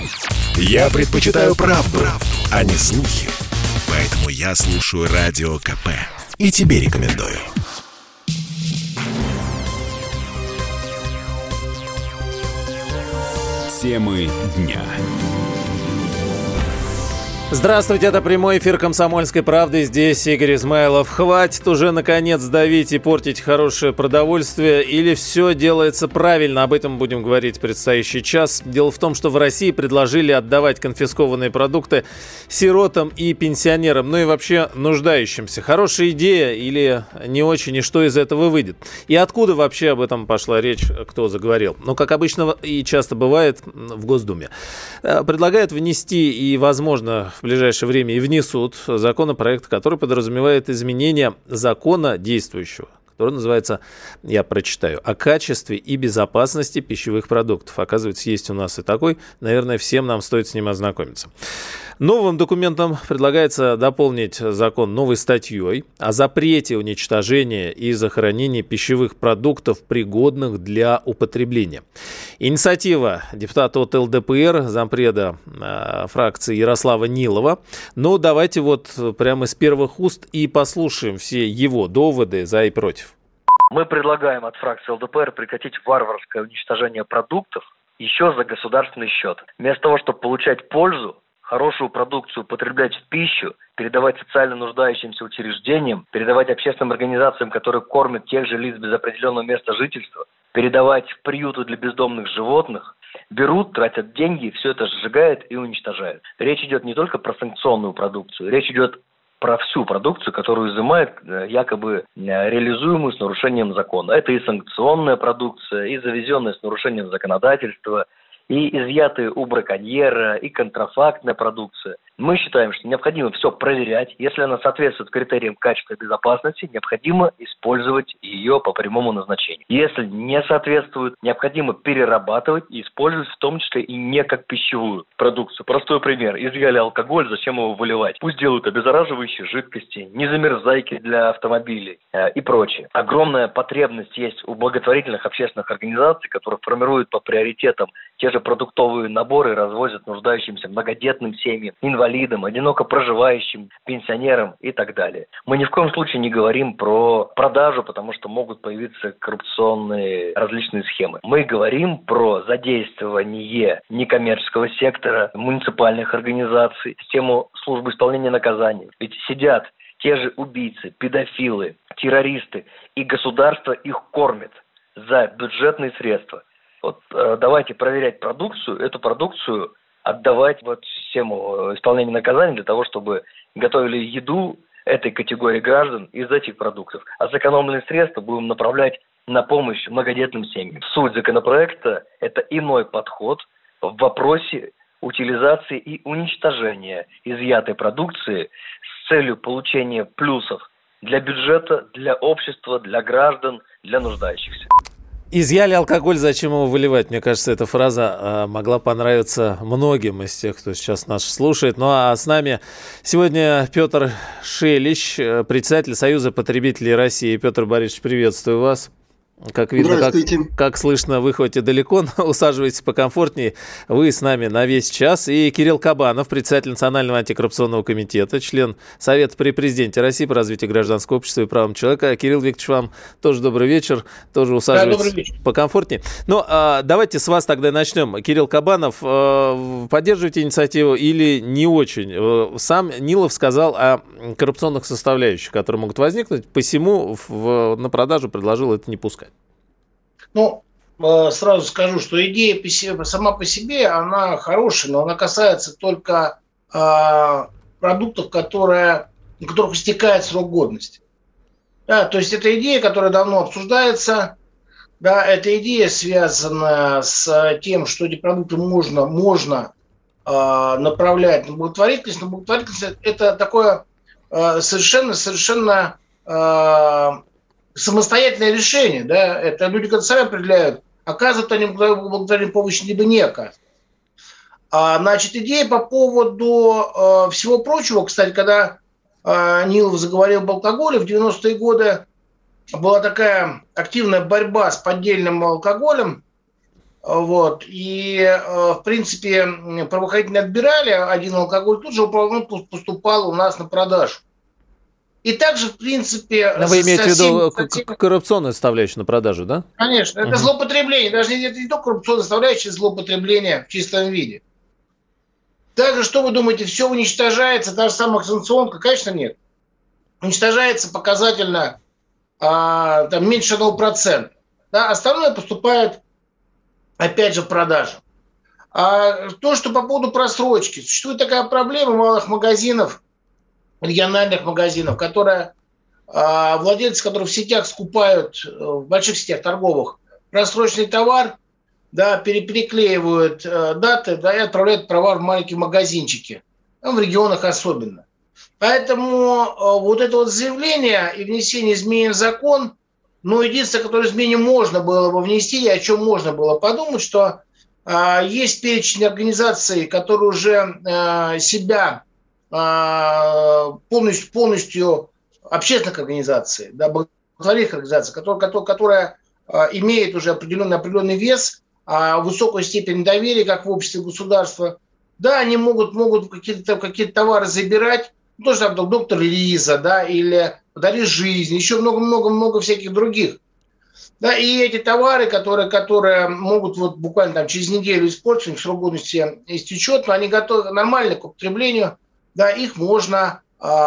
Я предпочитаю правду, а не слухи. Поэтому я слушаю Радио КП. И тебе рекомендую. Темы дня. Здравствуйте, это прямой эфир «Комсомольской правды». Здесь Игорь Измайлов. Хватит уже, наконец, давить и портить хорошее продовольствие, или все делается правильно? Об этом будем говорить в предстоящий час. Дело в том, что в России предложили отдавать конфискованные продукты сиротам и пенсионерам, ну и вообще нуждающимся. Хорошая идея или не очень, и что из этого выйдет? И откуда вообще об этом пошла речь, кто заговорил? Ну, как обычно и часто бывает в Госдуме. Предлагают внести и, возможно, в ближайшее время и внесут законопроект, который подразумевает изменение закона действующего, который называется, я прочитаю, «О качестве и безопасности пищевых продуктов». Оказывается, есть у нас и такой. Наверное, всем нам стоит с ним ознакомиться. Новым документом предлагается дополнить закон новой статьей о запрете уничтожения и захоронения пищевых продуктов, пригодных для употребления. Инициатива депутата от ЛДПР, зампреда фракции Ярослава Нилова. Но давайте вот прямо из первых уст и послушаем все его доводы за и против. Мы предлагаем от фракции ЛДПР прекратить варварское уничтожение продуктов еще за государственный счет. Вместо того, чтобы получать пользу, хорошую продукцию употреблять в пищу, передавать социально нуждающимся учреждениям, передавать общественным организациям, которые кормят тех же лиц без определенного места жительства, передавать в приюты для бездомных животных, берут, тратят деньги, все это сжигают и уничтожают. Речь идет не только про санкционную продукцию, речь идет про всю продукцию, которую изымают, якобы реализуемую с нарушением закона. Это и санкционная продукция, и завезенная с нарушением законодательства, и изъятые у браконьера, и контрафактная продукция. Мы считаем, что необходимо все проверять. Если она соответствует критериям качества и безопасности, необходимо использовать ее по прямому назначению. Если не соответствует, необходимо перерабатывать и использовать в том числе и не как пищевую продукцию. Простой пример. Изъяли алкоголь, зачем его выливать? Пусть делают обеззараживающие жидкости, незамерзайки для автомобилей и прочее. Огромная потребность есть у благотворительных общественных организаций, которые формируют по приоритетам те же продуктовые наборы, развозят нуждающимся многодетным семьям, инвалидам, одиноко проживающим, пенсионерам и так далее. Мы ни в коем случае не говорим про продажу, потому что могут появиться коррупционные различные схемы. Мы говорим про задействование некоммерческого сектора, муниципальных организаций, систему службы исполнения наказаний. Ведь сидят те же убийцы, педофилы, террористы, и государство их кормит за бюджетные средства. Вот давайте проверять продукцию, эту продукцию отдавать в систему исполнения наказаний для того, чтобы готовили еду этой категории граждан из этих продуктов. А сэкономленные средства будем направлять на помощь многодетным семьям. Суть законопроекта – это иной подход в вопросе утилизации и уничтожения изъятой продукции с целью получения плюсов для бюджета, для общества, для граждан, для нуждающихся. Изъяли алкоголь, зачем его выливать? Мне кажется, эта фраза могла понравиться многим из тех, кто сейчас нас слушает. Ну а с нами сегодня Петр Шелищ, председатель Союза потребителей России. Петр Борисович, приветствую вас. Как видно, как слышно, вы хоть и далеко, но усаживайтесь покомфортнее. Вы с нами на весь час. И Кирилл Кабанов, председатель Национального антикоррупционного комитета, член Совета при президенте России по развитию гражданского общества и правам человека. Кирилл Викторович, вам тоже добрый вечер. Тоже усаживайтесь покомфортнее. Ну, давайте с вас тогда начнем. Кирилл Кабанов, поддерживаете инициативу или не очень? Сам Нилов сказал о коррупционных составляющих, которые могут возникнуть, посему на продажу предложил это не пускать. Ну, сразу скажу, что идея сама по себе, она хорошая, но она касается только продуктов, у которых истекает срок годности. Да, то есть это идея, которая давно обсуждается. Да, эта идея связана с тем, что эти продукты можно направлять на благотворительность. Но благотворительность – это такое совершенно самостоятельное решение, да, это люди, которые сами определяют, оказывают они благотворительную помощь, либо не оказывают. Значит, идея по поводу всего прочего, кстати, когда Нилов заговорил об алкоголе, в 90-е годы была такая активная борьба с поддельным алкоголем, Вот. И, в принципе, правоохранители отбирали один алкоголь, тут же поступал у нас на продажу. И также, в принципе... Но вы имеете в виду коррупционную составляющую на продажу, да? Конечно. Это злоупотребление. Даже это не только коррупционная составляющая, злоупотребление в чистом виде. Также, что вы думаете, все уничтожается, та же самая санкционка? Конечно, нет. Уничтожается показательно меньше 1%. Да? Остальное поступает, опять же, в продажу. А то, что по поводу просрочки. Существует такая проблема малых магазинов, региональных магазинов, которые владельцы, которые в сетях скупают, в больших сетях торговых, просроченный товар, да, переклеивают даты, да, и отправляют товар в маленькие магазинчики, в регионах особенно. Поэтому вот это вот заявление и внесение изменений в закон, единственное, которое изменение можно было бы внести, и о чем можно было подумать, что есть перечень организаций, которые уже себя полностью общественных организаций, да, благотворительных организаций, которая имеет уже определенный вес, высокую степень доверия как в обществе государства. Да, они могут какие-то товары забирать, тоже там доктор Лиза, да, или «Подари жизнь», еще много-много всяких других. Да, и эти товары, которые могут вот буквально там через неделю испортиться, срок годности истечет, но они готовы нормально к употреблению, да, их можно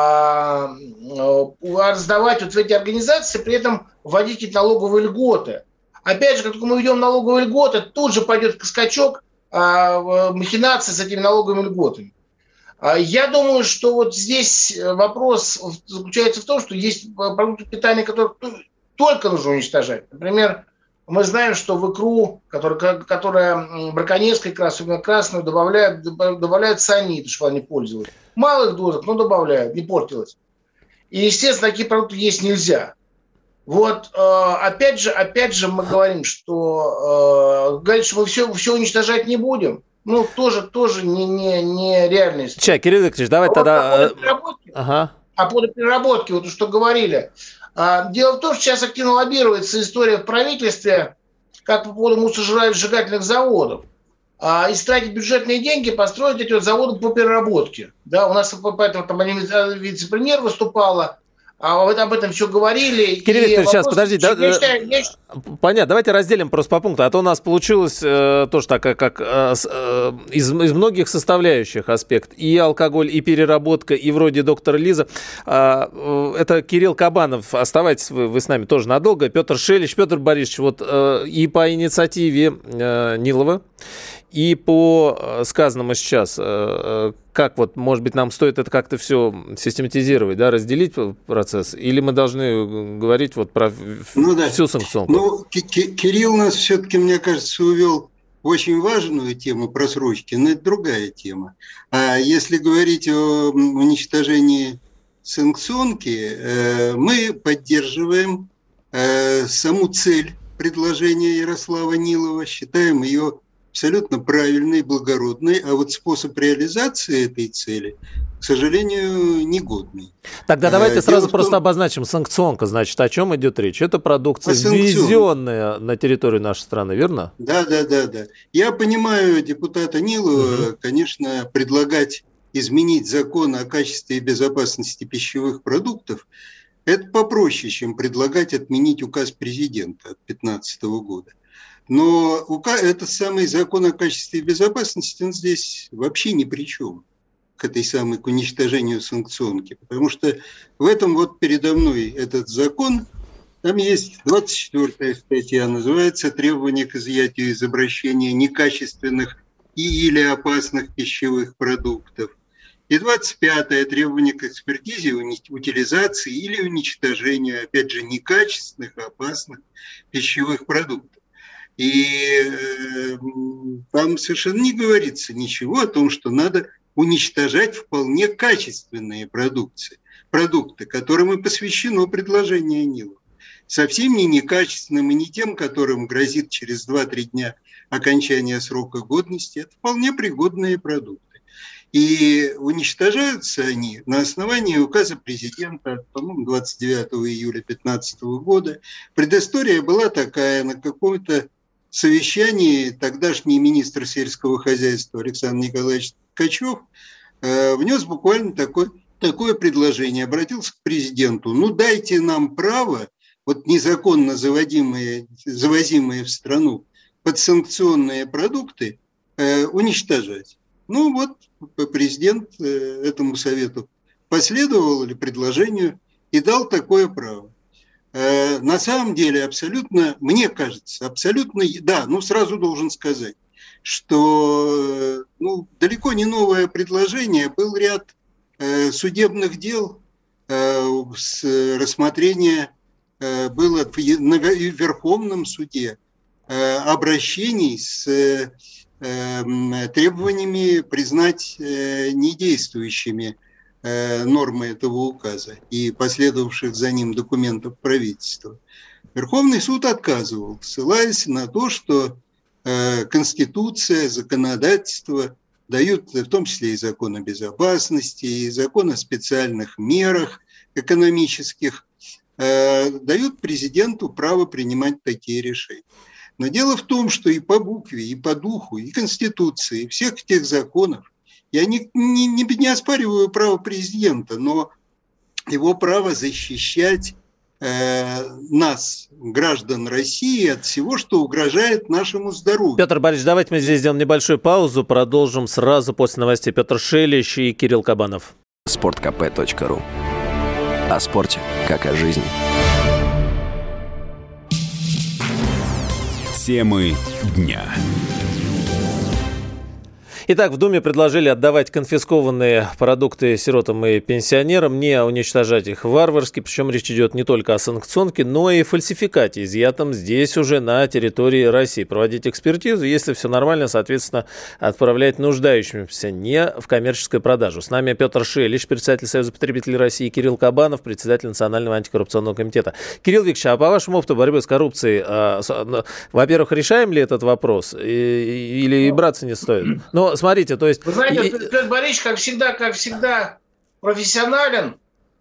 раздавать вот в эти организации, при этом вводить какие-то налоговые льготы. Опять же, как только мы ведем налоговые льготы, тут же пойдет скачок махинации с этими налоговыми льготами. Я думаю, что вот здесь вопрос заключается в том, что есть продукты питания, которые только нужно уничтожать. Например, мы знаем, что в икру, которая браконьерская икра, особенно красную, добавляют цианид, чтобы она не пользовалась. В малых дозах, но добавляют, не портилось. И, естественно, такие продукты есть нельзя. Вот, опять же мы говорим, что мы все уничтожать не будем. Тоже не реальная история. Сейчас, Кирилл Викторович, давай тогда... По поводу переработки, вот что говорили. Дело в том, что сейчас активно лоббируется история в правительстве, как по поводу мусоросжигательных заводов. Истратить бюджетные деньги, построить эти вот заводы по переработке. Да, у нас поэтому там вице-премьер выступала, об этом все говорили. Кирилл Викторович, сейчас, подождите. Понятно, давайте разделим просто по пункту. А то у нас получилось тоже так, как из многих составляющих аспект. И алкоголь, и переработка, и вроде доктора Лиза. Это Кирилл Кабанов. Оставайтесь вы с нами тоже надолго. Петр Шелищ, Петр Борисович, вот и по инициативе Нилова, и по сказанному сейчас, как вот, может быть, нам стоит это как-то все систематизировать, да, разделить процесс, или мы должны говорить вот про всю санкционку? Кирилл нас все-таки, мне кажется, увел в очень важную тему просрочки, но это другая тема. А если говорить о уничтожении санкционки, мы поддерживаем саму цель предложения Ярослава Нилова, считаем ее абсолютно правильной, благородной, а вот способ реализации этой цели, к сожалению, негодный. Тогда давайте сразу просто обозначим. Санкционка, значит, о чем идет речь? Это продукция, ввезенная на территорию нашей страны, верно? Да. Я понимаю депутата Нилова, конечно, предлагать изменить закон о качестве и безопасности пищевых продуктов, это попроще, чем предлагать отменить указ президента от 2015 года. Но этот самый закон о качестве и безопасности, он здесь вообще ни при чем, к уничтожению санкционки. Потому что в этом вот передо мной этот закон, там есть 24-я статья, называется «Требования к изъятию из обращения некачественных или опасных пищевых продуктов». И 25-е требование к экспертизе, утилизации или уничтожению, опять же, некачественных, опасных пищевых продуктов. И там совершенно не говорится ничего о том, что надо уничтожать вполне качественные продукты, которым и посвящено предложение Нилова. Совсем не некачественным и не тем, которым грозит через 2-3 дня окончание срока годности. Это вполне пригодные продукты. И уничтожаются они на основании указа президента, по-моему, 29 июля 2015 года. Предыстория была такая: на каком-то совещании тогдашний министр сельского хозяйства Александр Николаевич Ткачев внес буквально такое предложение, обратился к президенту: ну дайте нам право вот незаконно завозимые в страну подсанкционные продукты уничтожать. Ну вот президент этому совету последовал или предложению и дал такое право. На самом деле абсолютно, мне кажется, абсолютно, да, ну сразу должен сказать, что далеко не новое предложение, был ряд судебных дел, рассмотрение было в Верховном суде, обращений с требованиями признать недействующими нормы этого указа и последовавших за ним документов правительства. Верховный суд отказывал, ссылаясь на то, что Конституция, законодательство дают, в том числе и закон о безопасности, и закон о специальных мерах экономических, дают президенту право принимать такие решения. Но дело в том, что и по букве, и по духу, и Конституции, и всех тех законов, я не оспариваю право президента, но его право защищать нас, граждан России, от всего, что угрожает нашему здоровью. Петр Борисович, давайте мы здесь сделаем небольшую паузу, продолжим сразу после новостей. Петр Шелищ и Кирилл Кабанов. sportkp.ru. О спорте, как о жизни. Темы дня. Итак, в Думе предложили отдавать конфискованные продукты сиротам и пенсионерам, не уничтожать их варварски, причем речь идет не только о санкционке, но и фальсификате, изъятом здесь уже на территории России. Проводить экспертизу, если все нормально, соответственно, отправлять нуждающимся, не в коммерческую продажу. С нами Петр Шелищ, председатель Союза потребителей России, Кирилл Кабанов, председатель Национального антикоррупционного комитета. Кирилл Викторович, а по вашему опыту борьбы с коррупцией, во-первых, решаем ли этот вопрос или браться не стоит? Но смотрите, то есть... Вы знаете, Петр Борисович, как всегда профессионален,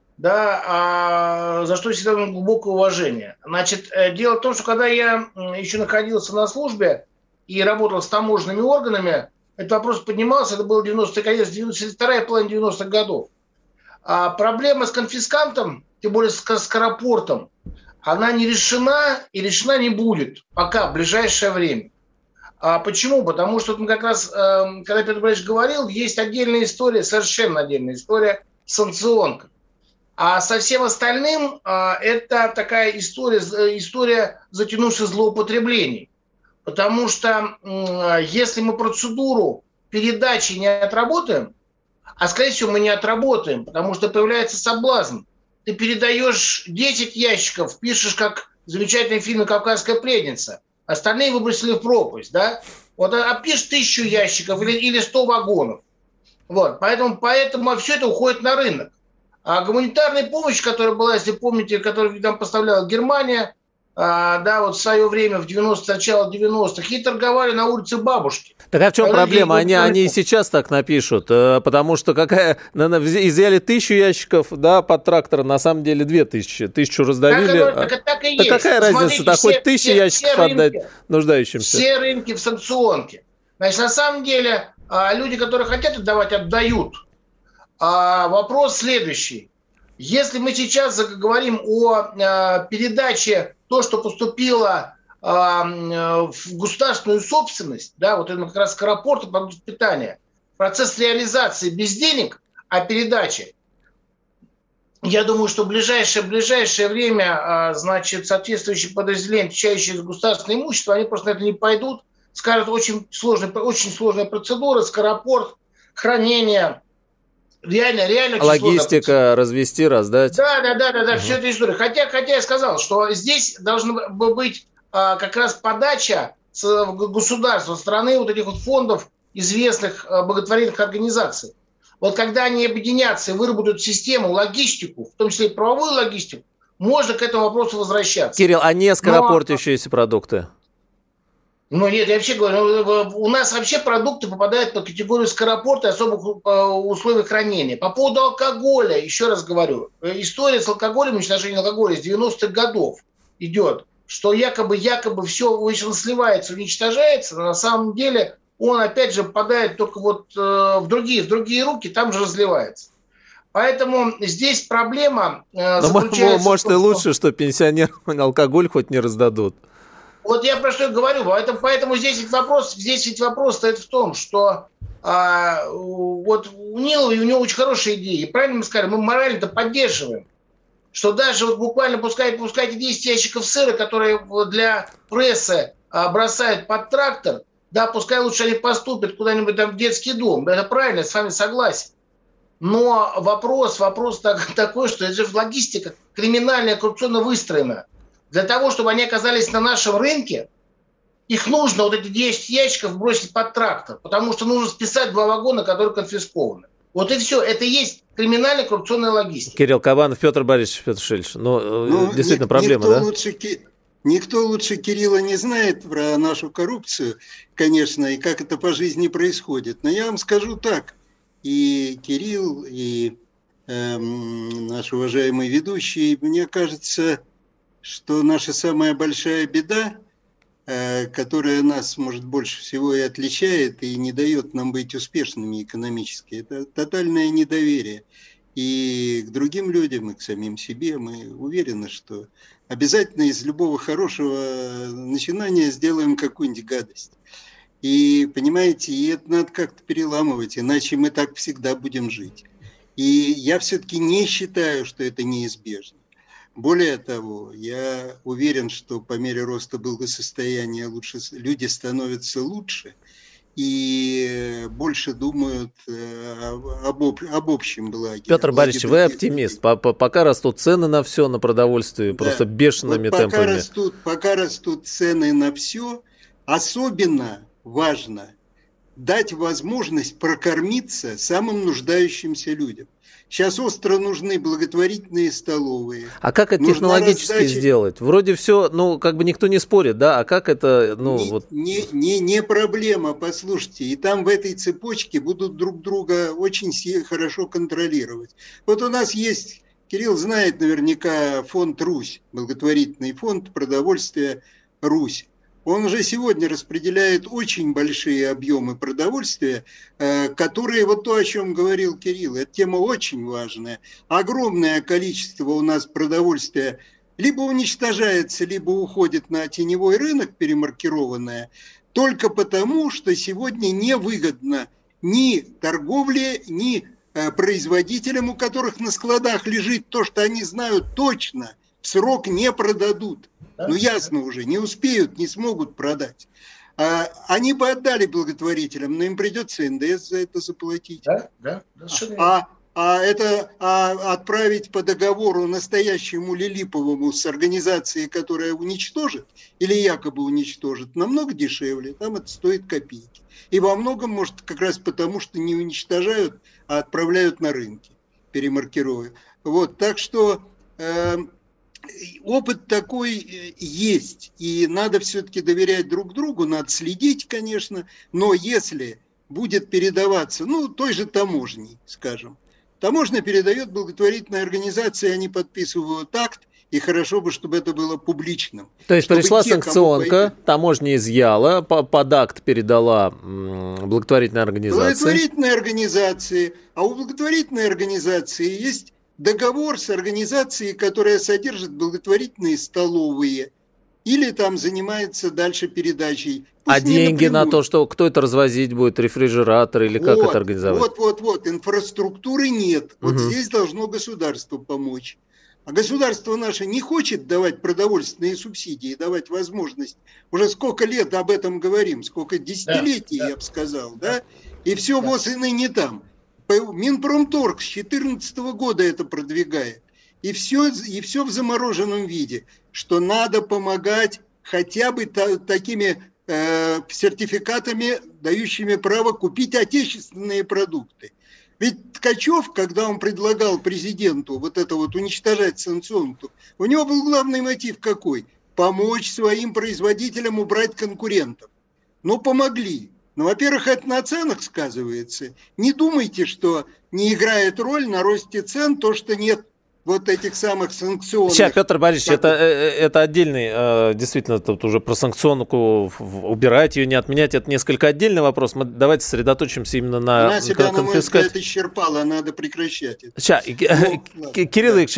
да, за что всегда глубокое уважение. Значит, дело в том, что когда я еще находился на службе и работал с таможенными органами, этот вопрос поднимался, это было 90-е годы, вторая половина 90-х годов. А проблема с конфискантом, тем более с скоропортом, она не решена и решена не будет пока, в ближайшее время. А почему? Потому что как раз, когда Петр Борисович говорил, есть отдельная история, совершенно отдельная история санкционка. А со всем остальным это такая история затянувших злоупотреблений. Потому что если мы процедуру передачи не отработаем, а скорее всего мы не отработаем, потому что появляется соблазн. Ты передаешь 10 ящиков, пишешь, как в замечательном фильме «Кавказская пленница», остальные выбросили в пропасть, да? Вот, а пишешь 1000 ящиков или 100 вагонов. Вот, поэтому все это уходит на рынок. А гуманитарная помощь, которая была, если помните, которую нам поставляла Германия, в свое время, в начало 90-х, и торговали на улице Бабушки. Так а в чем проблема? Они и сейчас так напишут, потому что изъяли 1000 ящиков, да, под трактор, на самом деле 2000. 1000 раздавили. Так и есть. Какая разница? Хоть 1000 ящиков отдать нуждающимся. Все рынки в санкционке. Значит, на самом деле, люди, которые хотят отдавать, отдают. Вопрос следующий. Если мы сейчас говорим о передаче то, что поступило в государственную собственность, да, вот это как раз скоропорт и продукты питания, процесс реализации без денег, а передачи, я думаю, что в ближайшее время, значит, соответствующие подразделения, отвечающие за государственное имущество, они просто на это не пойдут, скажут, очень сложная процедура, скоропорт, хранение. Реально логистика, развести, раздать. Да, все это история. Хотя я сказал, что здесь должна быть как раз подача с государства, страны вот этих вот фондов известных благотворительных организаций. Вот когда они объединятся и выработают систему, логистику, в том числе и правовую логистику, можно к этому вопросу возвращаться. Кирилл, а не скоропортящиеся продукты? Нет, я вообще говорю, у нас вообще продукты попадают под категорию скоропорта и особых условий хранения. По поводу алкоголя, еще раз говорю, история с алкоголем, уничтожение алкоголя с 90-х годов идет. что якобы все сливается, уничтожается, но на самом деле он опять же попадает только вот в другие руки, там же разливается. Поэтому здесь проблема заключается может, в том, и лучше, что пенсионерам алкоголь хоть не раздадут. Вот я про что и говорю. Поэтому здесь ведь вопрос стоит в том, что вот у Нилова у него очень хорошие идеи. И правильно мы сказали, мы морально-то поддерживаем, что даже вот буквально пускайте 10 ящиков сыра, которые для прессы бросают под трактор, да, пускай лучше они поступят куда-нибудь там в детский дом. Это правильно, я с вами согласен. Но вопрос такой, что это же логистика криминальная, коррупционно выстроена. Для того, чтобы они оказались на нашем рынке, их нужно вот эти 10 ящиков бросить под трактор, потому что нужно списать 2 вагона, которые конфискованы. Вот и все. Это и есть криминальная коррупционная логистика. Кирилл Кабанов, Петр Борисович Петушевич. Действительно проблема, да? Никто лучше Кирилла не знает про нашу коррупцию, конечно, и как это по жизни происходит. Но я вам скажу так. И Кирилл, и наш уважаемый ведущий, мне кажется, что наша самая большая беда, которая нас, может, больше всего и отличает, и не дает нам быть успешными экономически, это тотальное недоверие и к другим людям, и к самим себе. Мы уверены, что обязательно из любого хорошего начинания сделаем какую-нибудь гадость. И, понимаете, и это надо как-то переламывать, иначе мы так всегда будем жить. И я все-таки не считаю, что это неизбежно. Более того, я уверен, что по мере роста благосостояния люди становятся лучше и больше думают об общем благе. Петр Борисович, вы оптимист. Пока растут цены на все, на продовольствие, да, просто бешеными темпами. Пока растут цены на все, особенно важно дать возможность прокормиться самым нуждающимся людям. Сейчас остро нужны благотворительные столовые. А как это технологически сделать? Вроде все, никто не спорит, да? А как это, Не проблема, послушайте. И там в этой цепочке будут друг друга очень хорошо контролировать. Вот у нас есть, Кирилл знает наверняка, фонд «Русь», благотворительный фонд продовольствия «Русь». Он уже сегодня распределяет очень большие объемы продовольствия, которые, вот то, о чем говорил Кирилл, эта тема очень важная. Огромное количество у нас продовольствия либо уничтожается, либо уходит на теневой рынок перемаркированное, только потому, что сегодня невыгодно ни торговле, ни производителям, у которых на складах лежит то, что они знают точно, в срок не продадут. Ясно уже, не успеют, не смогут продать. Они бы отдали благотворителям, но им придется НДС за это заплатить. Отправить по договору настоящему Лилиповому с организацией, которая уничтожит или якобы уничтожит, намного дешевле. Там это стоит копейки. И во многом, может, как раз потому, что не уничтожают, а отправляют на рынки, перемаркируя. Так что опыт такой есть, и надо все-таки доверять друг другу, надо следить, конечно, но если будет передаваться, той же таможней, скажем, таможня передает благотворительной организации, они подписывают акт, и хорошо бы, чтобы это было публичным. То есть пришла санкционка, таможня изъяла, под акт передала благотворительной организации. А у благотворительной организации есть договор с организацией, которая содержит благотворительные столовые или там занимается дальше передачей. А деньги на то, что кто это развозить будет, рефрижератор или как это организовать? Инфраструктуры нет. Здесь должно государство помочь. А государство наше не хочет давать продовольственные субсидии, давать возможность. Уже сколько лет об этом говорим, сколько десятилетий, я бы сказал, да? И все ВОЗ и ныне там. Минпромторг с 2014 года это продвигает. И все в замороженном виде, что надо помогать хотя бы такими сертификатами, дающими право купить отечественные продукты. Ведь Ткачев, когда он предлагал президенту уничтожать санкционку, у него был главный мотив какой? Помочь своим производителям убрать конкурентов. Помогли. Во-первых, это на ценах сказывается. Не думайте, что не играет роль на росте цен то, что нет вот этих самых санкционных... Сейчас, Петр Борисович, это отдельный, действительно, тут уже про санкционку, убирать ее, не отменять, это несколько отдельный вопрос. Мы давайте сосредоточимся именно на Она себя, на мой взгляд, конфискате. исчерпала, надо прекращать это. Сейчас, Кирилл Ильич,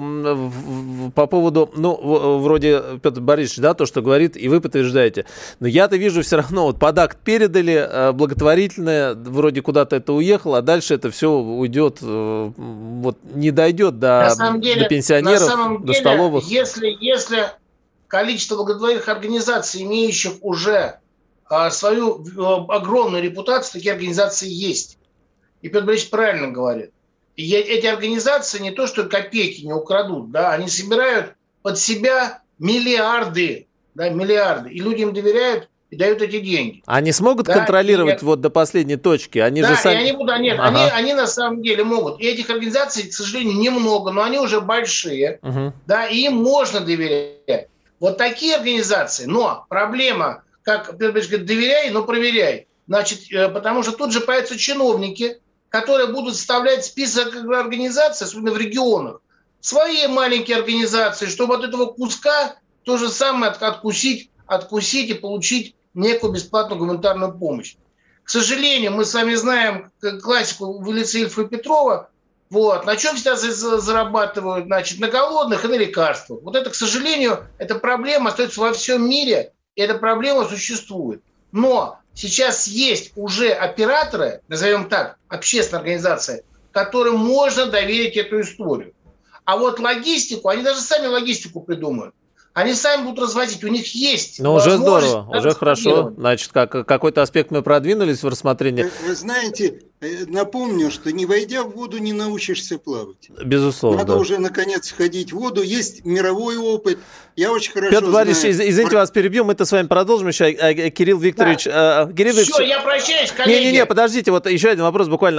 по поводу, вроде Петр Борисович, да, то, что говорит, и вы подтверждаете, но я-то вижу все равно, вот под акт передали, благотворительное, вроде куда-то это уехало, а дальше это все уйдет, вот не дойдет до пенсионеров, до столовых. Если количество благотворительных организаций, имеющих уже свою огромную репутацию, такие организации есть. И Петр Борисович правильно говорит. И эти организации не то, что копейки не украдут, да, они собирают под себя миллиарды, да, миллиарды. И люди им доверяют и дают эти деньги. Они смогут контролировать вот до последней точки? Они же сами... они на самом деле могут. И этих организаций, к сожалению, немного, но они уже большие, да, и им можно доверять. Вот такие организации, но проблема, как Петр Борисович говорит, доверяй, но проверяй. Значит, потому что тут же появятся чиновники, которые будут составлять список организаций, особенно в регионах, свои маленькие организации, чтобы от этого куска то же самое откусить и получить некую бесплатную гуманитарную помощь. К сожалению, мы с вами знаем классику в лице Ильфа и Петрова. Вот. На чем всегда зарабатывают? Значит, на голодных и на лекарствах. Вот это, к сожалению, эта проблема остается во всем мире, и эта проблема существует. Но сейчас есть уже операторы, назовем так, общественные организации, которым можно доверить эту историю. А вот логистику, они даже сами логистику придумают. Они сами будут развозить, у них есть. Ну, уже здорово, уже хорошо. Значит, какой-то аспект мы продвинулись в рассмотрении. Вы знаете, напомню, что не войдя в воду, не научишься плавать. Безусловно. Надо уже, наконец, входить в воду. Есть мировой опыт. Я очень хорошо Петр Борисович, извините, вас перебью, мы-то с вами продолжим еще. Кирилл Викторович... Все, я прощаюсь, коллеги. Не, подождите, вот еще один вопрос буквально.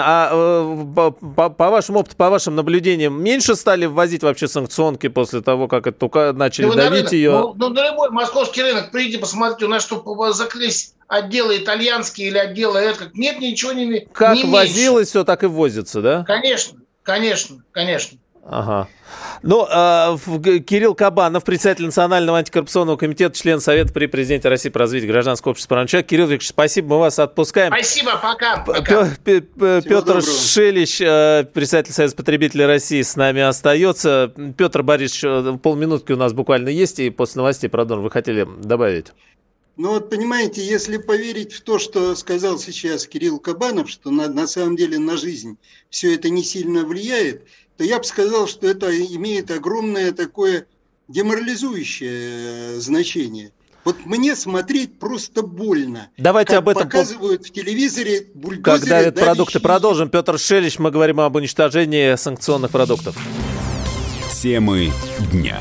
По вашему опыту, по вашим наблюдениям, меньше стали ввозить вообще санкционки после того, как это только начали давить ее? Ну, на любой московский рынок, придите, посмотрите, у нас что, закрылись отделы итальянские или отделы это? Нет, ничего не как возилось, все так и возится, да? Конечно. Ага. Ну, Кирилл Кабанов, председатель Национального антикоррупционного комитета, член Совета при президенте России по развитию гражданского общества прав человека. Кирилл Викторович, спасибо, мы вас отпускаем. Спасибо, пока. Петр Шелищ, председатель Союза потребителей России, с нами остается. Петр Борисович, полминутки у нас буквально есть, и после новостей продолжим. Вы хотели добавить? Ну вот понимаете, если поверить в то, что сказал сейчас Кирилл Кабанов, что на самом деле на жизнь все это не сильно влияет, то я бы сказал, что это имеет огромное такое деморализующее значение. Вот мне смотреть просто больно. Давайте как об этом показывают в телевизоре бульдозеры. Как давят продукты. Продолжим. Петр Шелищ, мы говорим об уничтожении санкционных продуктов. Темы дня.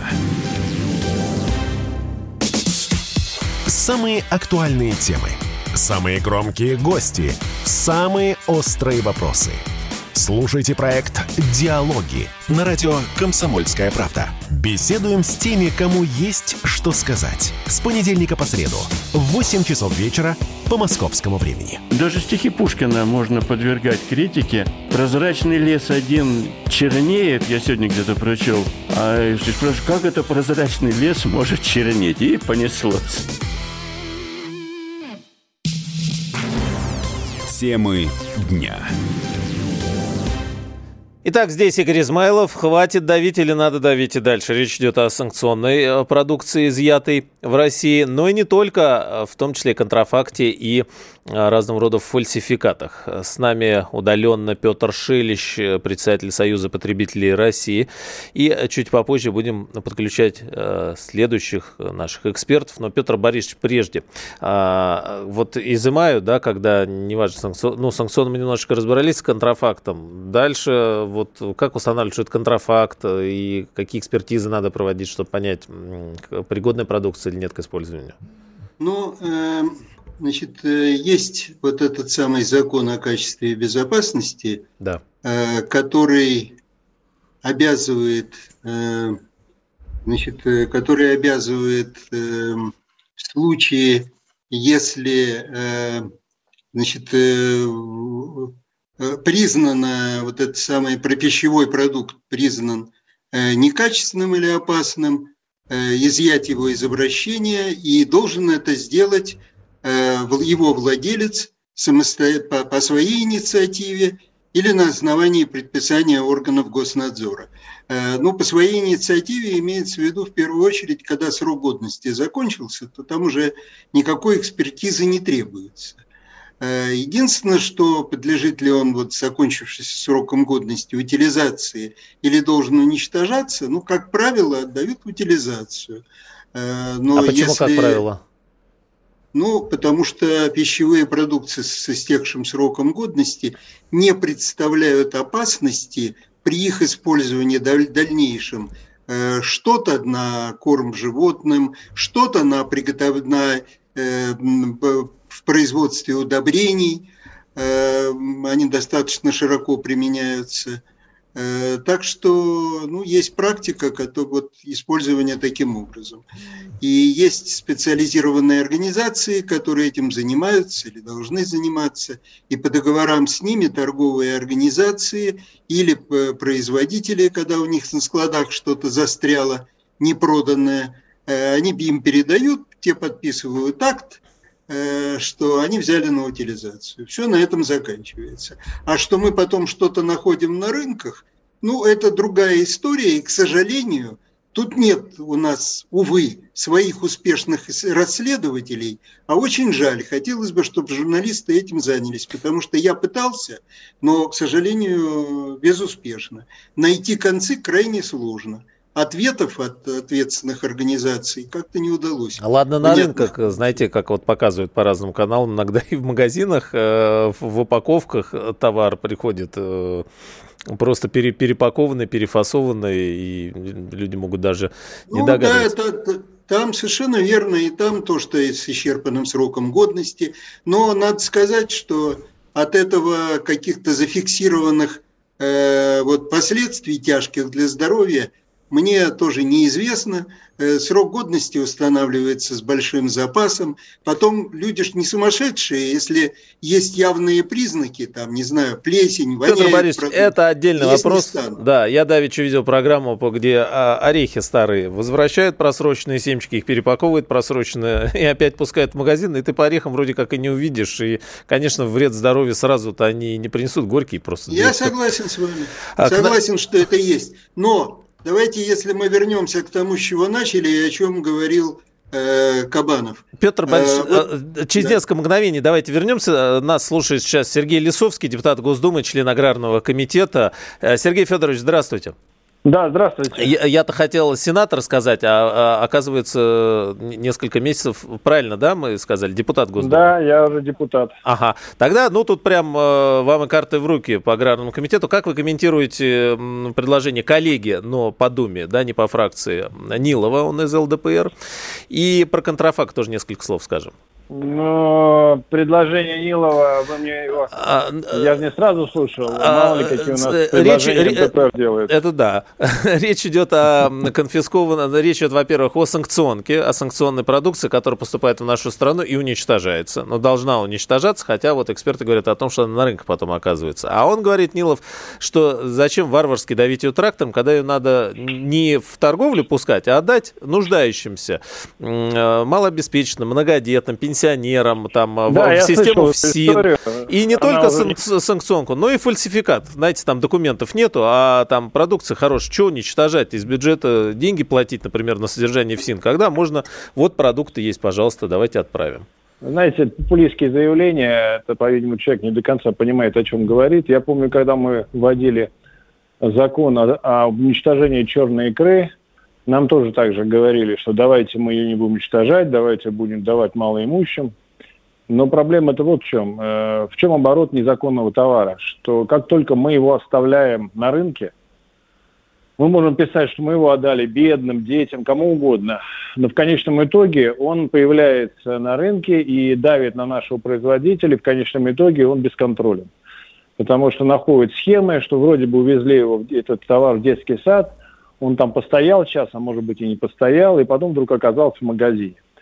Самые актуальные темы, самые громкие гости, самые острые вопросы. Слушайте проект «Диалоги» на радио «Комсомольская правда». Беседуем с теми, кому есть что сказать. С понедельника по среду в 8 часов вечера по московскому времени. Даже стихи Пушкина можно подвергать критике. «Прозрачный лес один чернеет», я сегодня где-то прочел. А если спрашиваю, как это прозрачный лес может чернеть? И понеслось. Темы дня. Итак, здесь Игорь Измайлов. Хватит давить или надо давить и дальше? Речь идет о санкционной продукции, изъятой в России, но и не только, в том числе и контрафакте и разного рода фальсификатах. С нами удаленно Петр Шелищ, председатель Союза потребителей России. И чуть попозже будем подключать следующих наших экспертов. Но, Петр Борисович, прежде, вот изымают, да, когда, неважно, санкционно мы немножечко разбирались с контрафактом. Дальше, вот как устанавливать, что это контрафакт, и какие экспертизы надо проводить, чтобы понять, пригодная продукция или нет к использованию? Ну, значит, есть вот этот самый закон о качестве и безопасности, да, который обязывает, в случае, если, признано, вот этот самый про пищевой продукт признан некачественным или опасным, изъять его из обращения, и должен это сделать его владелец по своей инициативе или на основании предписания органов госнадзора. Но по своей инициативе имеется в виду в первую очередь, когда срок годности закончился, то там уже никакой экспертизы не требуется. Единственное, что подлежит ли он вот закончившимся сроком годности утилизации или должен уничтожаться, ну, как правило, отдают в утилизацию. Но почему как правило? Ну, потому что пищевые продукты с истекшим сроком годности не представляют опасности при их использовании в дальнейшем. Что-то на корм животным, что-то на в производстве удобрений, они достаточно широко применяются. Так что есть практика использования таким образом. И есть специализированные организации, которые этим занимаются или должны заниматься. И по договорам с ними торговые организации или производители, когда у них на складах что-то застряло, непроданное, они им передают, те подписывают акт, что они взяли на утилизацию. Все на этом заканчивается. А что мы потом что-то находим на рынках, это другая история. И, к сожалению, тут нет у нас, увы, своих успешных расследователей. А очень жаль. Хотелось бы, чтобы журналисты этим занялись. Потому что я пытался, но, к сожалению, безуспешно. Найти концы крайне сложно. Ответов от ответственных организаций как-то не удалось. Ладно, на рынках, знаете, как вот показывают по разным каналам, иногда и в магазинах в упаковках товар приходит просто перепакованный, перефасованный, и люди могут даже не догадываться. Да, там совершенно верно, и там то, что с исчерпанным сроком годности. Но надо сказать, что от этого каких-то зафиксированных последствий тяжких для здоровья мне тоже неизвестно. Срок годности устанавливается с большим запасом. Потом люди ж не сумасшедшие, если есть явные признаки, там, не знаю, плесень, воняет. Петр Борисович, это отдельный вопрос. Да, я давеча видел программу, где орехи старые возвращают просроченные семечки, их перепаковывают просроченные и опять пускают в магазин, и ты по орехам вроде как и не увидишь. И, конечно, вред здоровью сразу-то они не принесут, горькие просто. Я согласен с вами. Согласен, что это есть. Но давайте, если мы вернемся к тому, с чего начали, и о чем говорил Кабанов. Петр Борисович, через несколько мгновений давайте вернемся. Нас слушает сейчас Сергей Лисовский, депутат Госдумы, член Аграрного комитета. Сергей Федорович, здравствуйте. Да, здравствуйте. Я-то хотел сенатор сказать, а оказывается, несколько месяцев, правильно, да, мы сказали, депутат Госдумы? Да, я уже депутат. Ага, тогда, тут прям вам и карты в руки по Аграрному комитету. Как вы комментируете предложение коллеги, но по Думе, да, не по фракции, Нилова, он из ЛДПР, и про контрафакт тоже несколько слов скажем. Но предложение Нилова, вы мне его... Я не сразу слушал, мало ли какие у нас предложения ЛДПР делают. Это да. Речь идет о конфискованном, речь идет, во-первых, о санкционке, о санкционной продукции, которая поступает в нашу страну и уничтожается. Но должна уничтожаться, хотя вот эксперты говорят о том, что она на рынке потом оказывается. А он говорит, Нилов, что зачем варварски давить ее трактором, когда ее надо не в торговлю пускать, а отдать нуждающимся, малообеспеченным, многодетным, пенсионерам, там, в систему ФСИН. И не только санкционку, но и фальсификат. Знаете, там документов нету, а там продукция хорошая. Чего уничтожать? Из бюджета деньги платить, например, на содержание ФСИН, когда можно, вот продукты есть, пожалуйста, давайте отправим. Знаете, популистские заявления, это, по-видимому, человек не до конца понимает, о чем говорит. Я помню, когда мы вводили закон о уничтожении черной икры, нам тоже так же говорили, что давайте мы ее не будем уничтожать, давайте будем давать малоимущим. Но проблема-то вот в чем. В чем оборот незаконного товара? Что как только мы его оставляем на рынке, мы можем писать, что мы его отдали бедным, детям, кому угодно. Но в конечном итоге он появляется на рынке и давит на нашего производителя. В конечном итоге он бесконтролен. Потому что находят схемы, что вроде бы увезли его, этот товар в детский сад, он там постоял час, а может быть и не постоял, и потом вдруг оказался в магазине.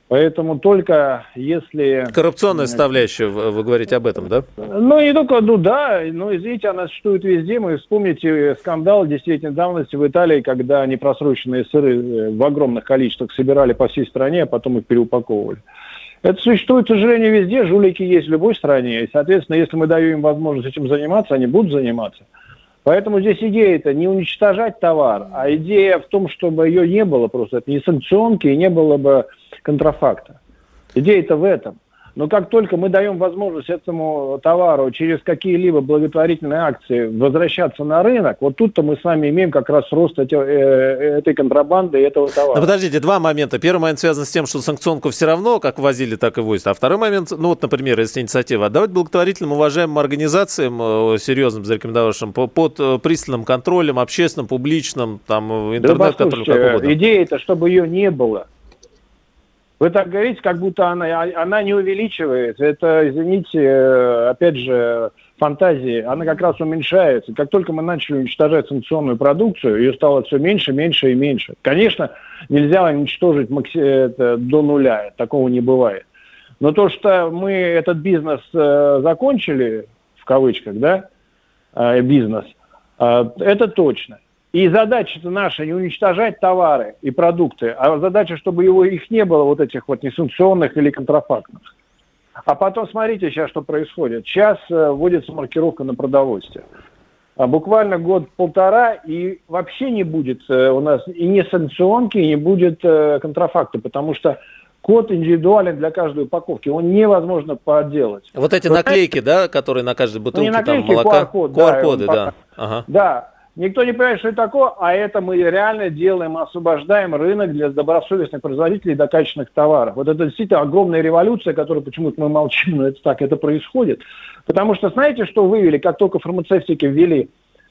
Поэтому только если... Коррупционная составляющая, вы говорите об этом, да? Ну, не только, извините, она существует везде. Мы вспомните скандал десятилетней давности в Италии, когда непросроченные сыры в огромных количествах собирали по всей стране, а потом их переупаковывали. Это существует, к сожалению, везде. Жулики есть в любой стране. И, соответственно, если мы даем им возможность этим заниматься, они будут заниматься. Поэтому здесь идея-то не уничтожать товар, а идея в том, чтобы ее не было просто. Это не санкционки и не было бы контрафакта. Идея-то в этом. Но как только мы даем возможность этому товару через какие-либо благотворительные акции возвращаться на рынок, вот тут-то мы с вами имеем как раз рост этой контрабанды и этого товара. Но подождите, два момента. Первый момент связан с тем, что санкционку все равно как возили, так и возят. А второй момент, например, если инициатива отдавать благотворительным, уважаемым организациям, серьезным, зарекомендовавшим, под пристальным контролем, общественным, публичным, там, интернет-контролем, как угодно. Идея-то, чтобы ее не было. Вы так говорите, как будто она не увеличивается. Это, извините, опять же, фантазии. Она как раз уменьшается. Как только мы начали уничтожать санкционную продукцию, ее стало все меньше, меньше и меньше. Конечно, нельзя уничтожить это до нуля. Такого не бывает. Но то, что мы этот бизнес закончили, в кавычках, да, бизнес, это точно. И задача-то наша не уничтожать товары и продукты, а задача, чтобы их не было, вот этих вот несанкционных или контрафактных. А потом смотрите сейчас, что происходит. Сейчас вводится маркировка на продовольствие. Буквально год-полтора, и вообще не будет у нас и не санкционки, и не будет контрафакта, потому что код индивидуален для каждой упаковки, его невозможно подделать. Вот эти наклейки, да, которые на каждой бутылке, не наклейки, там молока, QR-коды, да. Ага. Да. Никто не понимает, что это такое, а это мы реально делаем, освобождаем рынок для добросовестных производителей до качественных товаров. Вот это действительно огромная революция, которую почему-то мы молчим, но это происходит. Потому что знаете, что вывели, как только фармацевтики ввели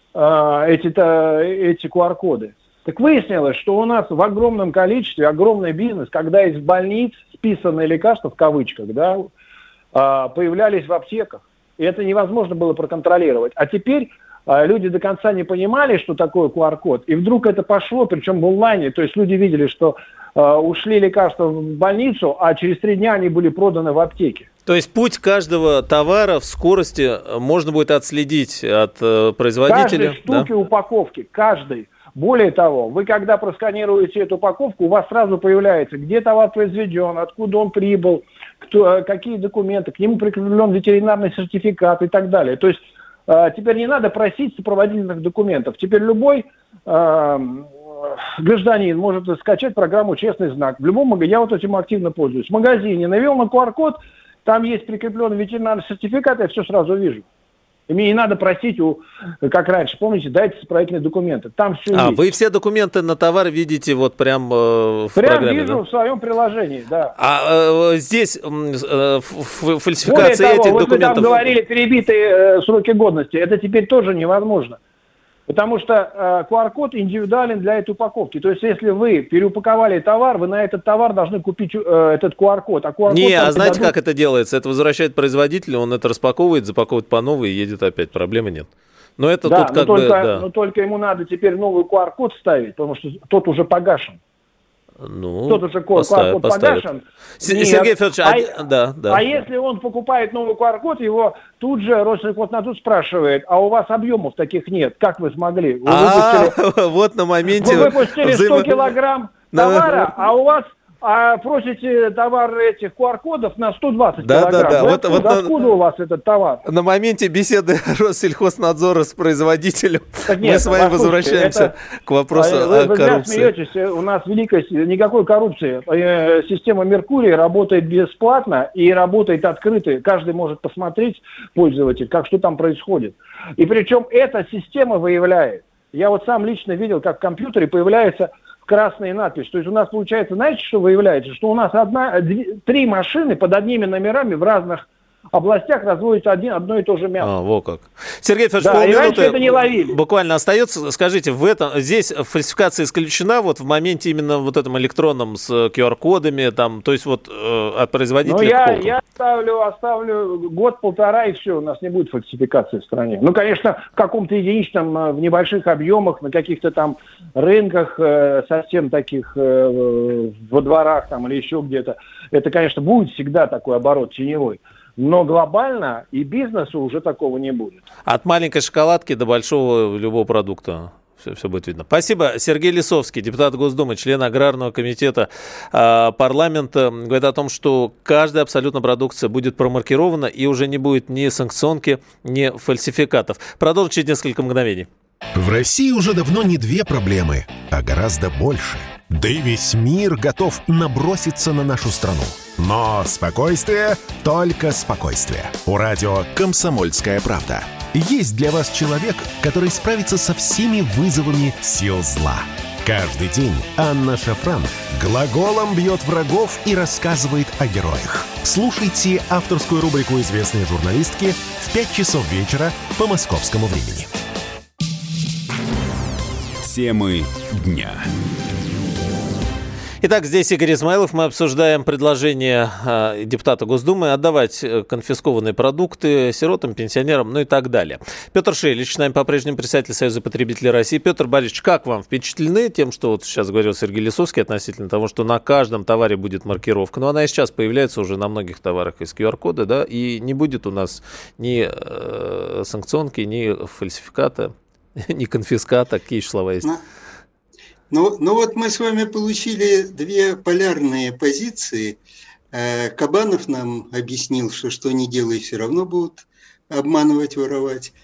эти QR-коды? Так выяснилось, что у нас в огромном количестве, огромный бизнес, когда из больниц списанные лекарства, в кавычках, да, появлялись в аптеках. И это невозможно было проконтролировать. А теперь люди до конца не понимали, что такое QR-код, и вдруг это пошло, причем в онлайне, то есть люди видели, что ушли лекарства в больницу, а через 3 дня они были проданы в аптеке. То есть путь каждого товара в скорости можно будет отследить от производителя? Каждой штуки упаковки, каждой. Более того, вы когда просканируете эту упаковку, у вас сразу появляется, где товар произведен, откуда он прибыл, какие документы, к нему прикреплен ветеринарный сертификат и так далее. То есть теперь не надо просить сопроводительных документов. Теперь любой гражданин может скачать программу «Честный знак». В любом магазине, я вот этим активно пользуюсь. В магазине навел на QR-код, там есть прикрепленный ветеринарный сертификат, я все сразу вижу. И мне не надо просить, как раньше, помните, дайте сопроводительные документы. Там все есть. Вы все документы на товар видите вот прям в программе? Прям вижу, да? В своем приложении, да. А здесь фальсификация этих документов? Вы там говорили перебитые сроки годности. Это теперь тоже невозможно. Потому что QR-код индивидуален для этой упаковки. То есть, если вы переупаковали товар, вы на этот товар должны купить этот QR-код. Знаете, как это делается? Это возвращает производителю, он это распаковывает, запаковывает по новой и едет опять. Проблемы нет. Но это да, тут но только ему надо теперь новый QR-код ставить, потому что тот уже погашен. Тот уже QR-код погашен. Сергей Федорович, А если он покупает новый QR-код, его тут же Россельхознадзор спрашивает, а у вас объемов таких нет, как вы смогли? Вот на моменте... Вы выпустили 100 килограмм товара, а у вас... просите товар этих QR-кодов на 120 килограмм. Откуда у вас этот товар? На моменте беседы Россельхознадзора с производителем мы с вами возвращаемся к вопросу о коррупции. Вы смеетесь, у нас никакой коррупции. Система Меркурий работает бесплатно и работает открыто. Каждый может посмотреть, пользователь, что там происходит. И причем эта система выявляет. Я вот сам лично видел, как в компьютере появляется красная надпись. То есть у нас получается, знаете, что выявляется? Что у нас 3 машины под одними номерами в разных областях разводят одно и то же мясо. Во как. Сергей Федорович, да, и раньше это не ловили. Буквально остается. Скажите, здесь фальсификация исключена вот в моменте именно вот этом электронном с QR-кодами, там, то есть вот от производителя? Ну, я оставлю год-полтора, и все, у нас не будет фальсификации в стране. Ну, конечно, в каком-то единичном, в небольших объемах, на каких-то там рынках, совсем таких во дворах там или еще где-то, это, конечно, будет всегда такой оборот теневой. Но глобально и бизнесу уже такого не будет. От маленькой шоколадки до большого любого продукта. Все будет видно. Спасибо. Сергей Лисовский, депутат Госдумы, член Аграрного комитета парламента, говорит о том, что каждая абсолютно продукция будет промаркирована и уже не будет ни санкционки, ни фальсификатов. Продолжим через несколько мгновений. В России уже давно не две проблемы, а гораздо больше. Да и весь мир готов наброситься на нашу страну. Но спокойствие, только спокойствие. У радио «Комсомольская правда» есть для вас человек, который справится со всеми вызовами сил зла. Каждый день Анна Шафран глаголом бьет врагов и рассказывает о героях. Слушайте авторскую рубрику известной журналистки в 5 часов вечера по московскому времени. Темы дня. Итак, здесь Игорь Измайлов. Мы обсуждаем предложение депутата Госдумы отдавать конфискованные продукты сиротам, пенсионерам, ну и так далее. Петр Шейлич с нами по-прежнему, председатель Союза потребителей России. Петр Борисович, как вам впечатлены тем, что вот сейчас говорил Сергей Лисовский относительно того, что на каждом товаре будет маркировка? Но она и сейчас появляется уже на многих товарах из QR-кода, да, и не будет у нас ни санкционки, ни фальсификата, ни конфиската, какие еще слова есть? Ну вот мы с вами получили две полярные позиции. Кабанов нам объяснил, что не делай, все равно будут обманывать, воровать.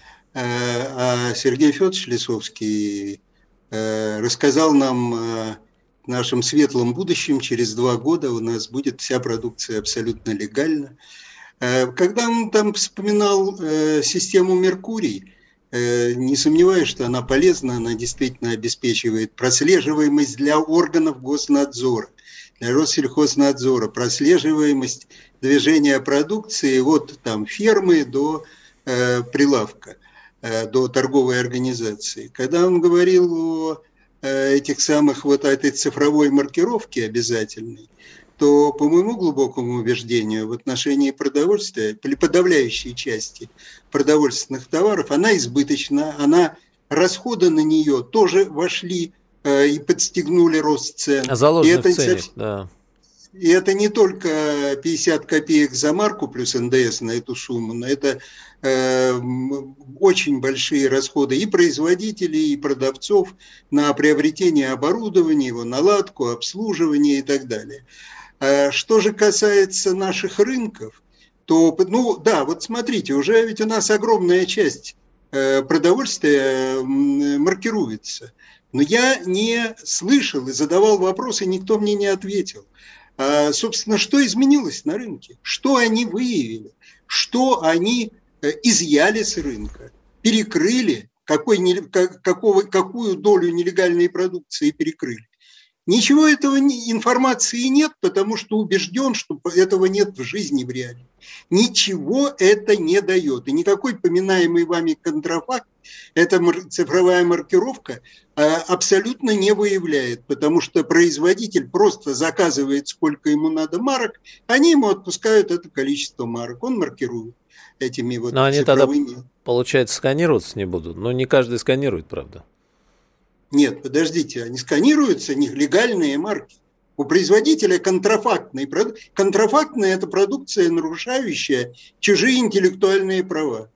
А Сергей Федорович Лисовский рассказал нам о нашем светлом будущем. Через 2 года у нас будет вся продукция абсолютно легальна. Когда он там вспоминал систему «Меркурий», не сомневаюсь, что она полезна, она действительно обеспечивает прослеживаемость для органов госнадзора, для Россельхознадзора, прослеживаемость движения продукции от там, фермы до прилавка, до торговой организации. Когда он говорил о этих самых вот этой цифровой маркировке обязательной, то, по моему глубокому убеждению, в отношении продовольствия, при подавляющей части продовольственных товаров, она избыточна, расходы на нее тоже вошли и подстегнули рост цен. Заложены в цене, да. И это не только 50 копеек за марку плюс НДС на эту сумму, но это очень большие расходы и производителей, и продавцов на приобретение оборудования, его наладку, обслуживание и так далее. Что же касается наших рынков, то, вот смотрите, уже ведь у нас огромная часть продовольствия маркируется. Но я не слышал и задавал вопросы, никто мне не ответил. Собственно, что изменилось на рынке? Что они выявили? Что они изъяли с рынка? Перекрыли? Какую долю нелегальной продукции перекрыли? Ничего этого информации нет, потому что убежден, что этого нет в жизни в реале. Ничего это не дает. И никакой поминаемый вами контрафакт, эта цифровая маркировка абсолютно не выявляет, потому что производитель просто заказывает, сколько ему надо марок, они ему отпускают это количество марок, он маркирует этими вот Но цифровыми. они тогда, получается, сканироваться не будут. Но не каждый сканирует, правда. Нет, подождите, они сканируются, нелегальные марки. У производителя контрафактный продукт. Контрафактная – это продукция, нарушающая чужие интеллектуальные права.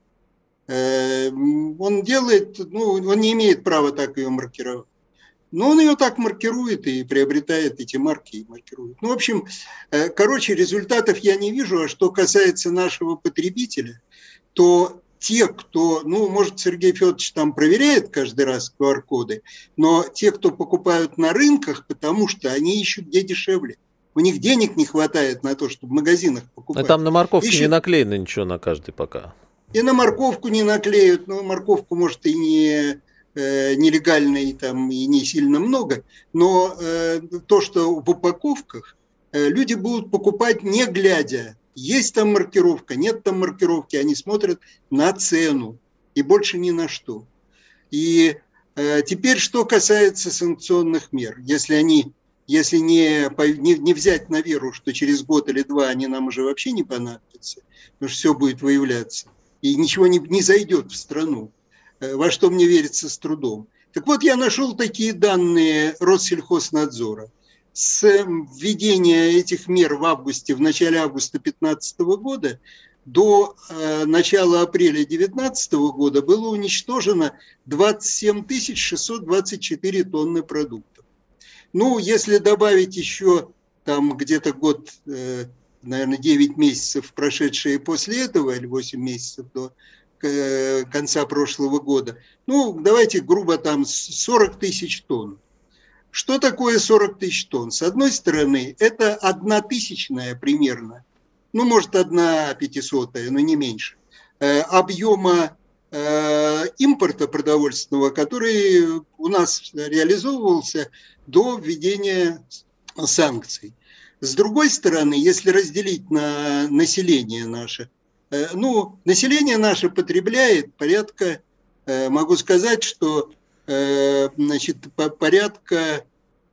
Он делает, он не имеет права так ее маркировать. Но он ее так маркирует и приобретает эти марки и маркирует. В общем, результатов я не вижу. А что касается нашего потребителя, то те, кто, может, Сергей Федорович там проверяет каждый раз QR-коды, но те, кто покупают на рынках, потому что они ищут где дешевле. У них денег не хватает на то, чтобы в магазинах покупать. А там на морковке не наклеено ничего на каждый пока. И на морковку не наклеют. Морковку, может, и не нелегальной там и не сильно много, но то, что в упаковках, люди будут покупать не глядя есть там маркировка, нет там маркировки, они смотрят на цену и больше ни на что. И теперь, что касается санкционных мер, если не взять на веру, что через год или два они нам уже вообще не понадобятся, потому что все будет выявляться, и ничего не зайдет в страну, во что мне верится с трудом. Так вот, я нашел такие данные Россельхознадзора. С введения этих мер в начале августа 2015 года до начала апреля 2019 года было уничтожено 27 624 тонны продуктов. Ну, если добавить еще там где-то год, наверное, 9 месяцев, прошедшие после этого, или 8 месяцев до конца прошлого года, ну, давайте грубо там 40 тысяч тонн. Что такое 40 тысяч тонн? С одной стороны, это 1/1000 примерно, ну, может, 1/500, но не меньше, объема импорта продовольственного, который у нас реализовывался до введения санкций. С другой стороны, если разделить на население наше, население наше потребляет порядка, могу сказать, что порядка,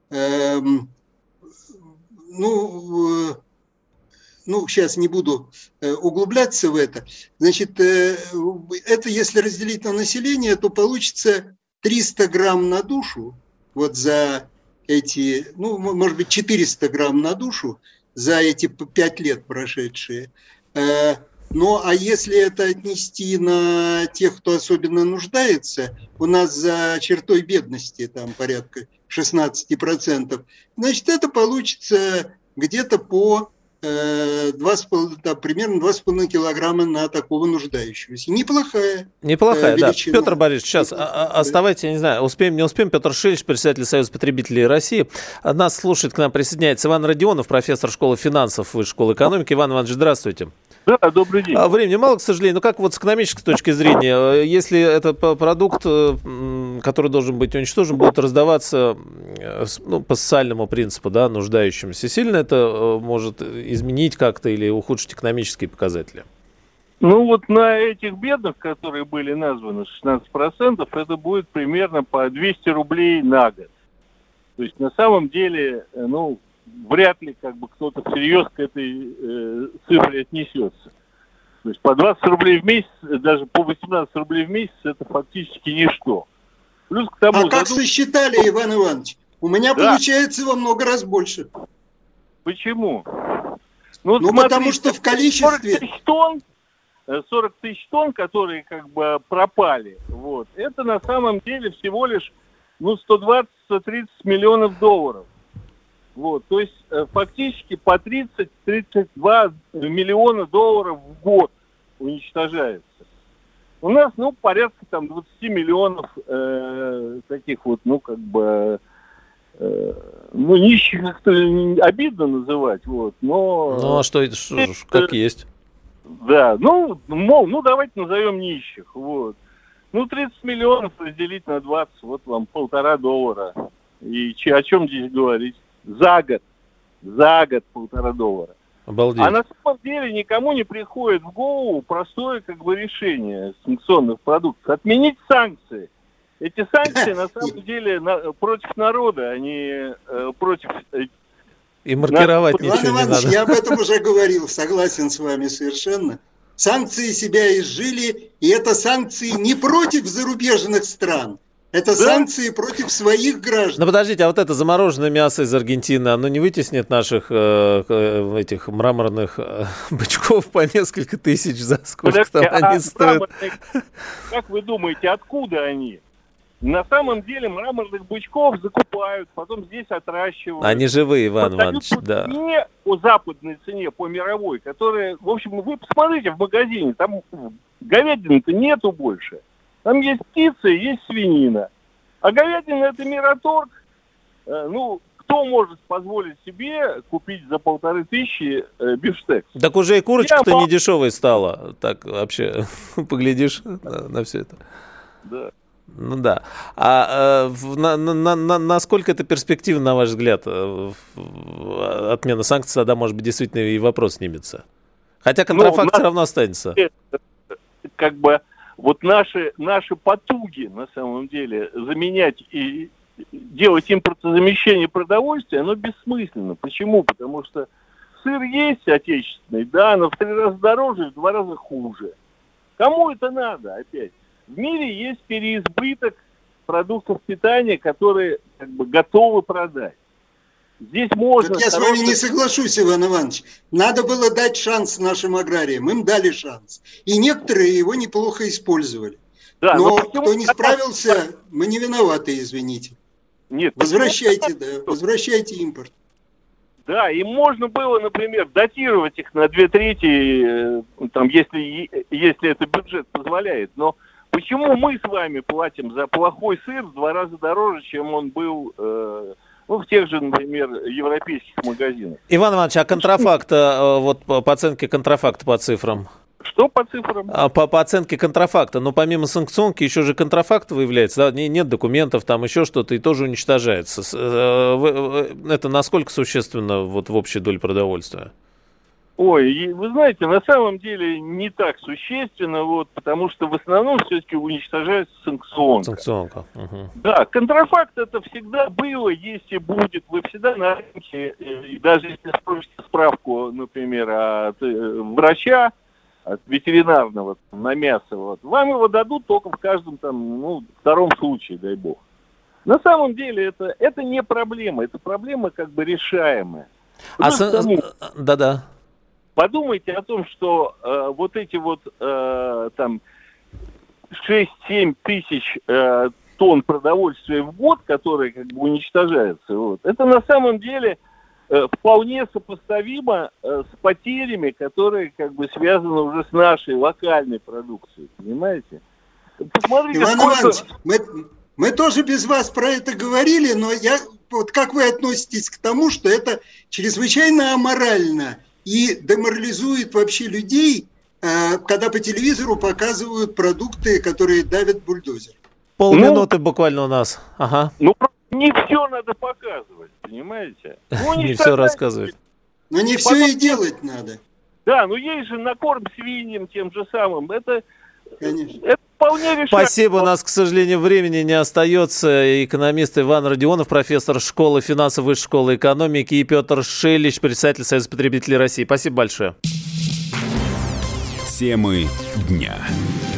сейчас не буду углубляться в это. Значит, это если разделить на население, то получится 300 грамм на душу, вот за эти, может быть, 400 грамм на душу за эти 5 лет прошедшие. А если это отнести на тех, кто особенно нуждается, у нас за чертой бедности там порядка 16%, значит, это получится где-то по примерно 2,5 килограмма на такого нуждающегося. Неплохая величина. Да. Петр Борисович, сейчас оставайтесь, я не знаю, успеем, не успеем. Петр Шильич, председатель Союза потребителей России. Нас слушает, к нам присоединяется Иван Родионов, профессор школы финансов Высшей школы экономики. Иван Иванович, здравствуйте. Да, добрый день. Времени мало, к сожалению. Но как вот с экономической точки зрения, если это продукт, который должен быть уничтожен, будет раздаваться по социальному принципу, да, нуждающимся, сильно это может изменить как-то или ухудшить экономические показатели? Вот на этих бедных, которые были названы 16%, это будет примерно по 200 рублей на год. То есть на самом деле, вряд ли кто-то всерьез к этой цифре отнесется. То есть по 20 рублей в месяц, даже по 18 рублей в месяц, это фактически ничто. Плюс к тому, как сосчитали, Иван Иванович? У меня получается во много раз больше. Почему? Смотрите, потому что в количестве... 40 тысяч тонн, которые пропали, это на самом деле всего лишь 120-130 миллионов долларов. То есть фактически по 30-32 миллиона долларов в год уничтожается. У нас, порядка 20 миллионов таких нищих, как-то обидно называть, но... а что это, как есть? Да, давайте назовем нищих, 30 миллионов разделить на 20, вам $1,5. И о чем здесь говорить? За год $1,5. Обалдеть. А на самом деле никому не приходит в голову простое решение санкционных продуктов. Отменить санкции. Эти санкции на самом деле против народа, они против... И маркировать ничего Иван Иванович, не надо. я об этом уже говорил, согласен с вами совершенно. Санкции себя изжили, и это санкции не против зарубежных стран. Это санкции против своих граждан. Но подождите, а это замороженное мясо из Аргентины, оно не вытеснит наших этих мраморных бычков по несколько тысяч, за сколько там они стоят? Как вы думаете, откуда они? На самом деле мраморных бычков закупают, потом здесь отращивают. Они живые, Иван Иванович, да. По западной цене, по мировой, которая, в общем, вы посмотрите в магазине, там говядины-то нету больше. Там есть птица и есть свинина. А говядина – это мираторг. Кто может позволить себе купить за 1500 бифштекс? Так уже и курочка-то не дешевой стала. Так вообще поглядишь на все это. Да. Да. А насколько это перспективно, на ваш взгляд, отмена санкций, тогда, может быть, действительно и вопрос снимется? Хотя контрафакт все равно останется. Как бы вот наши потуги, на самом деле, заменять и делать импортозамещение продовольствия, оно бессмысленно. Почему? Потому что сыр есть отечественный, да, но в 3 раза дороже, в 2 раза хуже. Кому это надо опять? В мире есть переизбыток продуктов питания, которые как бы готовы продать. Здесь можно... Так я с вами не соглашусь, Иван Иванович. Надо было дать шанс нашим аграриям. Им дали шанс. И некоторые его неплохо использовали. Да, но кто не справился, мы не виноваты, извините. Нет, возвращайте импорт. Да, и можно было, например, датировать их на 2/3, там, если это бюджет позволяет. Но почему мы с вами платим за плохой сыр в 2 раза дороже, чем он был... в тех же, например, европейских магазинах. Иван Иванович, а контрафакт, вот по оценке контрафакта по цифрам? Что по цифрам? По оценке контрафакта. Но помимо санкционки еще же контрафакт выявляется, да? Нет документов, там еще что-то, и тоже уничтожается. Это насколько существенно вот в общей доле продовольствия? Ой, вы знаете, на самом деле не так существенно, вот, потому что в основном все-таки уничтожается санкционка. Санкционка. Угу. Да, контрафакт это всегда было, есть и будет. Вы всегда на рынке, и даже если спросите справку, например, от врача, от ветеринарного на мясо, вот, вам его дадут только в каждом там, 2-м случае, дай бог. На самом деле это не проблема, это проблема как бы решаемая. Да-да. Подумайте о том, что вот эти вот там 6-7 тысяч тонн продовольствия в год, которые как бы уничтожаются, вот, это на самом деле вполне сопоставимо с потерями, которые как бы связаны уже с нашей локальной продукцией, понимаете? Посмотрите, Иван Иванович, мы тоже без вас про это говорили, но вот как вы относитесь к тому, что это чрезвычайно аморально и деморализует вообще людей, когда по телевизору показывают продукты, которые давят бульдозер? Полминуты буквально у нас. Ага. Не все надо показывать, понимаете? Не все рассказывать. Но не все и делать надо. Да, но есть же накорм свиньям тем же самым. Это вполне решаемо. Спасибо, у нас, к сожалению, времени не остается. Экономист Иван Родионов, профессор школы финансов Высшей школы экономики, и Петр Шелищ, председатель Союза потребителей России. Спасибо большое. Темы дня.